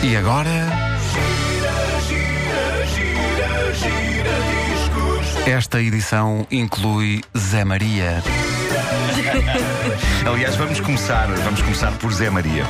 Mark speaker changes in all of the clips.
Speaker 1: E agora? Esta edição inclui Zé Maria.
Speaker 2: Aliás, vamos começar por Zé Maria.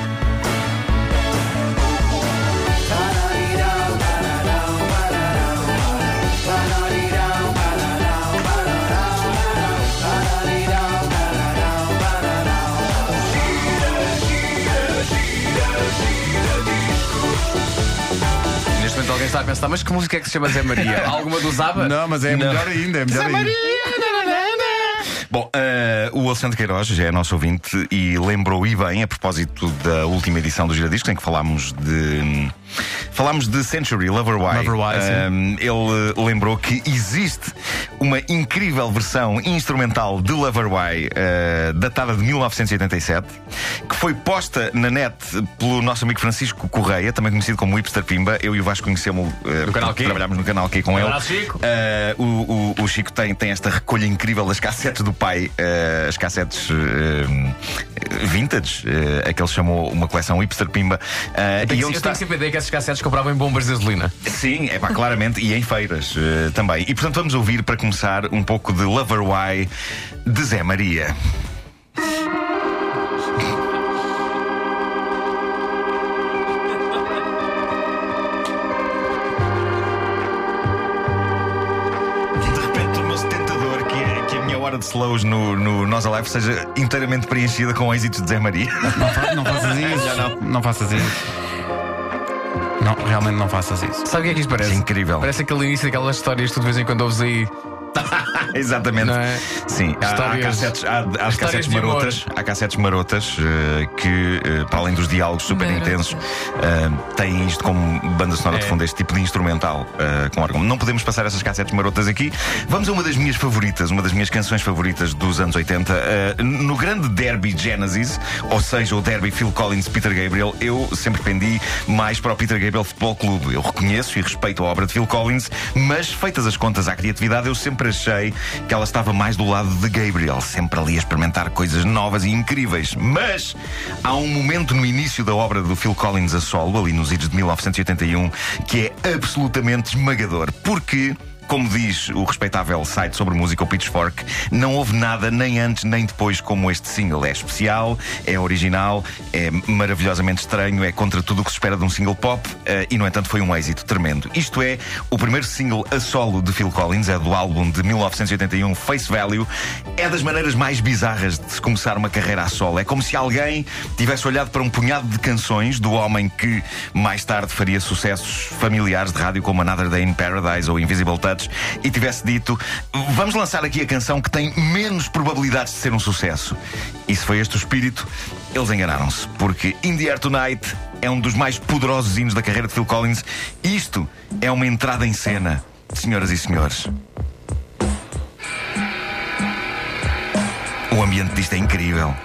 Speaker 3: Neste momento alguém está a pensar, mas que música é que se chama Zé Maria? Alguma do Zaba?
Speaker 1: Não, mas é melhor ainda, é melhor
Speaker 3: Zé
Speaker 1: ainda.
Speaker 3: Maria!
Speaker 2: Bom, o Alexandre Queiroz já é nosso ouvinte e lembrou, e bem, a propósito da última edição do Giradiscos, em que falámos de Century, Lover Why. Ele lembrou que existe uma incrível versão instrumental de Lover Why, datada de 1987, que foi posta na net pelo nosso amigo Francisco Correia, também conhecido como Hipster Pimba. Eu e o Vasco conhecemos
Speaker 3: no canal Q.
Speaker 2: Trabalhámos no canal Q com ele.
Speaker 3: Chico.
Speaker 2: O Chico tem esta recolha incrível das cassetes do pai, as cassetes vintage, a que ele chamou uma coleção Hipster Pimba.
Speaker 3: Eu tenho sempre a ideia que essas cassetes compravam em bombas de gasolina.
Speaker 2: Sim, é pá, claramente, e em feiras também. E portanto vamos ouvir, para começar, um pouco de Lover Why de Zé Maria. De slows no Nós Alive seja inteiramente preenchida com êxitos de Zé Maria.
Speaker 1: Não faças isso. Não faças isso. Não, realmente não faças isso.
Speaker 3: Sabe o que é que isto parece?
Speaker 2: É incrível.
Speaker 3: Parece aquele início daquelas histórias que tu de vez em quando ouves aí.
Speaker 2: Exatamente.
Speaker 3: Não é?
Speaker 2: Sim, há cassetes marotas. Há cassetes marotas que, para além dos diálogos super intensos, têm isto como banda sonora de fundo, este tipo de instrumental com órgão. Não podemos passar essas cassetes marotas aqui. Vamos a uma das minhas favoritas, uma das minhas canções favoritas dos anos 80. No grande derby Genesis, ou seja, o derby Phil Collins-Peter Gabriel, eu sempre pendi mais para o Peter Gabriel Futebol Clube. Eu reconheço e respeito a obra de Phil Collins, mas feitas as contas à criatividade, eu sempre achei que ela estava mais do lado de Gabriel, sempre ali a experimentar coisas novas e incríveis. Mas há um momento no início da obra do Phil Collins a solo, ali nos idos de 1981, que é absolutamente esmagador, porque, como diz o respeitável site sobre música, o Pitchfork, não houve nada nem antes nem depois como este single. É especial, é original, é maravilhosamente estranho, é contra tudo o que se espera de um single pop e, no entanto, foi um êxito tremendo. Isto é o primeiro single a solo de Phil Collins, é do álbum de 1981 Face Value. É das maneiras mais bizarras de se começar uma carreira a solo. É como se alguém tivesse olhado para um punhado de canções do homem que mais tarde faria sucessos familiares de rádio como Another Day in Paradise ou Invisible Touch e tivesse dito: vamos lançar aqui a canção que tem menos probabilidades de ser um sucesso. E se foi este o espírito, eles enganaram-se, porque In the Air Tonight é um dos mais poderosos hinos da carreira de Phil Collins. Isto é uma entrada em cena, senhoras e senhores. O ambiente disto é incrível.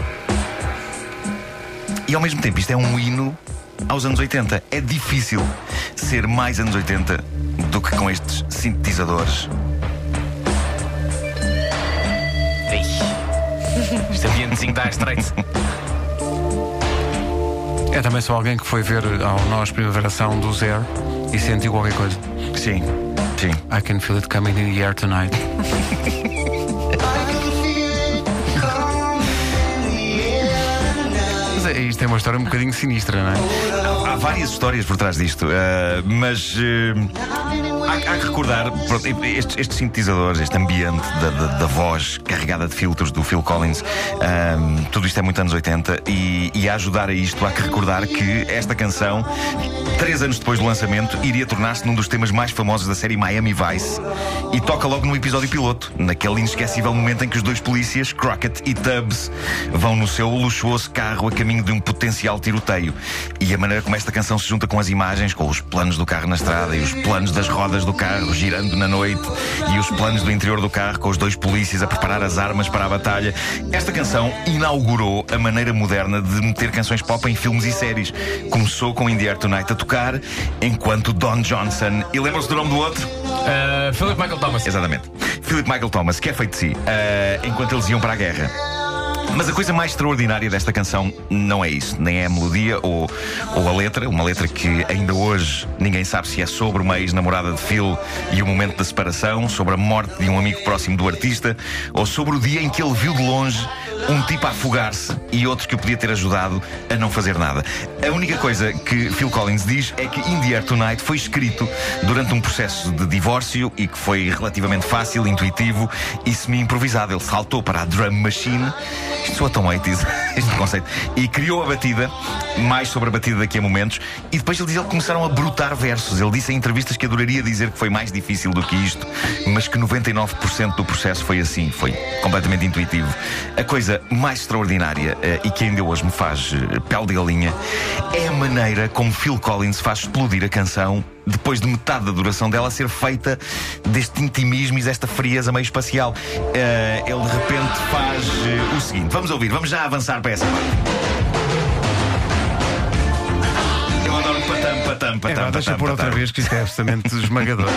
Speaker 2: E ao mesmo tempo isto é um hino aos anos 80. É difícil ser mais anos 80 do que com estes sintetizadores.
Speaker 3: Este ambientezinho da Straits.
Speaker 1: É também só alguém que foi ver ao Nós Primavera Sound do Zé e sentiu qualquer coisa.
Speaker 2: Sim, sim.
Speaker 1: I can feel it coming in the air tonight. Mas isto é uma história um bocadinho sinistra, não é?
Speaker 2: Há várias histórias por trás disto, mas há que recordar, pronto, estes sintetizadores, este ambiente da voz carregada de filtros do Phil Collins, tudo isto é muito anos 80 e a ajudar a isto há que recordar que esta canção, 3 anos depois do lançamento, iria tornar-se num dos temas mais famosos da série Miami Vice e toca logo no episódio piloto, naquele inesquecível momento em que os dois polícias, Crockett e Tubbs, vão no seu luxuoso carro a caminho de um potencial tiroteio. E a maneira como esta canção se junta com as imagens, com os planos do carro na estrada e os planos das rodas do carro girando na noite e os planos do interior do carro com os dois polícias a preparar as armas para a batalha. Esta canção inaugurou a maneira moderna de meter canções pop em filmes e séries. Começou com In the Air Tonight a tocar, enquanto Don Johnson, e lembram-se do nome do outro?
Speaker 3: Philip Michael Thomas.
Speaker 2: Exatamente. Philip Michael Thomas, que é feito de si, enquanto eles iam para a guerra. Mas a coisa mais extraordinária desta canção não é isso, nem é a melodia ou a letra, uma letra que ainda hoje ninguém sabe se é sobre uma ex-namorada de Phil e o momento da separação, sobre a morte de um amigo próximo do artista, ou sobre o dia em que ele viu de longe um tipo a afogar-se e outro que o podia ter ajudado a não fazer nada. A única coisa que Phil Collins diz é que In the Air Tonight foi escrito durante um processo de divórcio e que foi relativamente fácil, intuitivo e semi-improvisado. Ele saltou para a drum machine, isto soa tão 80s, este conceito, e criou a batida, mais sobre a batida daqui a momentos, e depois ele diz que começaram a brotar versos. Ele disse em entrevistas que adoraria dizer que foi mais difícil do que isto, mas que 99% do processo foi assim, foi completamente intuitivo. A coisa mais extraordinária e que ainda hoje me faz pele de galinha é a maneira como Phil Collins faz explodir a canção depois de metade da duração dela ser feita deste intimismo e desta frieza meio espacial. Ele de repente faz o seguinte, vamos ouvir, vamos já avançar para essa parte. Eu adoro patam.
Speaker 1: Deixa por outra vez que isto é absolutamente esmagador.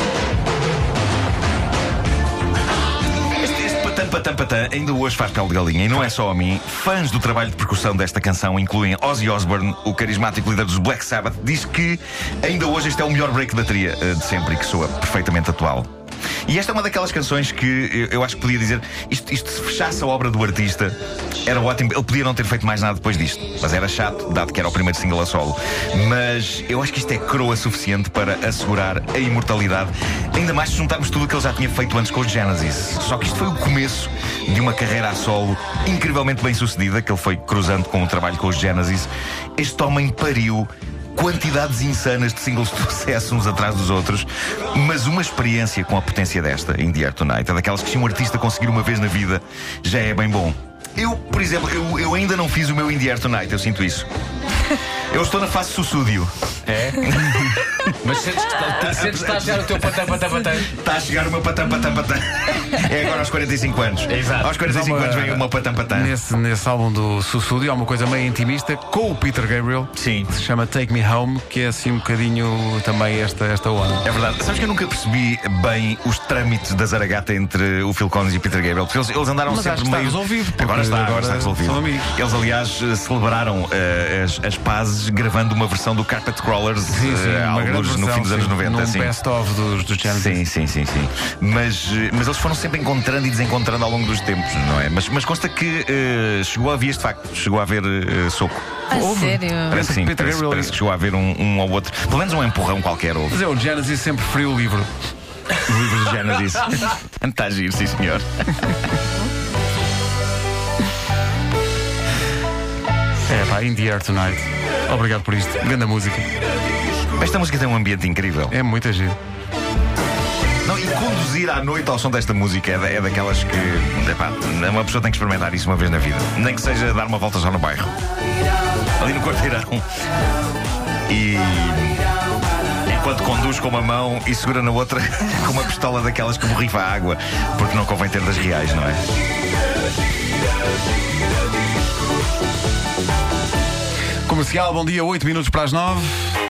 Speaker 2: Patam, ainda hoje faz pele de galinha. E não é só a mim. Fãs do trabalho de percussão desta canção incluem Ozzy Osbourne, o carismático líder dos Black Sabbath. Diz que ainda hoje este é o melhor break de bateria de sempre e que soa perfeitamente atual. E esta é uma daquelas canções que eu acho que podia dizer isto se fechasse a obra do artista era ótimo, ele podia não ter feito mais nada depois disto, mas era chato, dado que era o primeiro single a solo. Mas eu acho que isto é croa suficiente para assegurar a imortalidade, ainda mais se juntarmos tudo o que ele já tinha feito antes com os Genesis. Só que isto foi o começo de uma carreira a solo incrivelmente bem sucedida, que ele foi cruzando com o trabalho com os Genesis. Este homem pariu quantidades insanas de singles de sucesso uns atrás dos outros, mas uma experiência com a potência desta, In the Air Tonight, é daquelas que se um artista conseguir uma vez na vida já é bem bom. Eu, por exemplo, eu ainda não fiz o meu In the Air Tonight, eu sinto isso. Eu estou na fase sussúdio.
Speaker 3: É? Mas sentes que está a chegar o teu patam.
Speaker 2: Está a chegar o meu patam. É agora aos 45 anos.
Speaker 3: Exato.
Speaker 2: Aos 45 anos vem o meu patam.
Speaker 1: Nesse álbum do Sussúdio há uma coisa meio intimista com o Peter Gabriel.
Speaker 2: Sim.
Speaker 1: Que se chama Take Me Home, que é assim um bocadinho também esta onda.
Speaker 2: É verdade. Sabes que eu nunca percebi bem os trâmites da zaragata entre o Phil Collins e o Peter Gabriel, porque eles andaram
Speaker 1: mas
Speaker 2: sempre
Speaker 1: acho que
Speaker 2: meio...
Speaker 1: está resolvido.
Speaker 2: Agora está resolvido.
Speaker 1: São amigos.
Speaker 2: Eles, aliás, celebraram as pazes gravando uma versão do Carpet Crawlers alguns no fim dos anos 90.
Speaker 1: Num best-of dos Genesis.
Speaker 2: Sim. Mas eles foram sempre encontrando e desencontrando ao longo dos tempos, não é? Mas consta que chegou a haver este facto, chegou a haver soco.
Speaker 4: Sério?
Speaker 2: Parece que sim, parece que chegou a haver um ou outro. Pelo menos um empurrão qualquer houve.
Speaker 1: Mas o Genesis sempre preferiu o livro.
Speaker 2: O livro de Genesis. Está giro, sim senhor.
Speaker 1: In the Air Tonight. Obrigado por isto. Grande música.
Speaker 2: Esta música tem um ambiente incrível.
Speaker 1: É muito giro.
Speaker 2: Não, e conduzir à noite ao som desta música é daquelas que uma pessoa tem que experimentar isso uma vez na vida. Nem que seja dar uma volta só no bairro. Ali no quarteirão. E enquanto conduz com uma mão e segura na outra com uma pistola daquelas que borrifa a água, porque não convém ter das reais, não é?
Speaker 1: Comercial, bom dia, 8 minutos para as 9.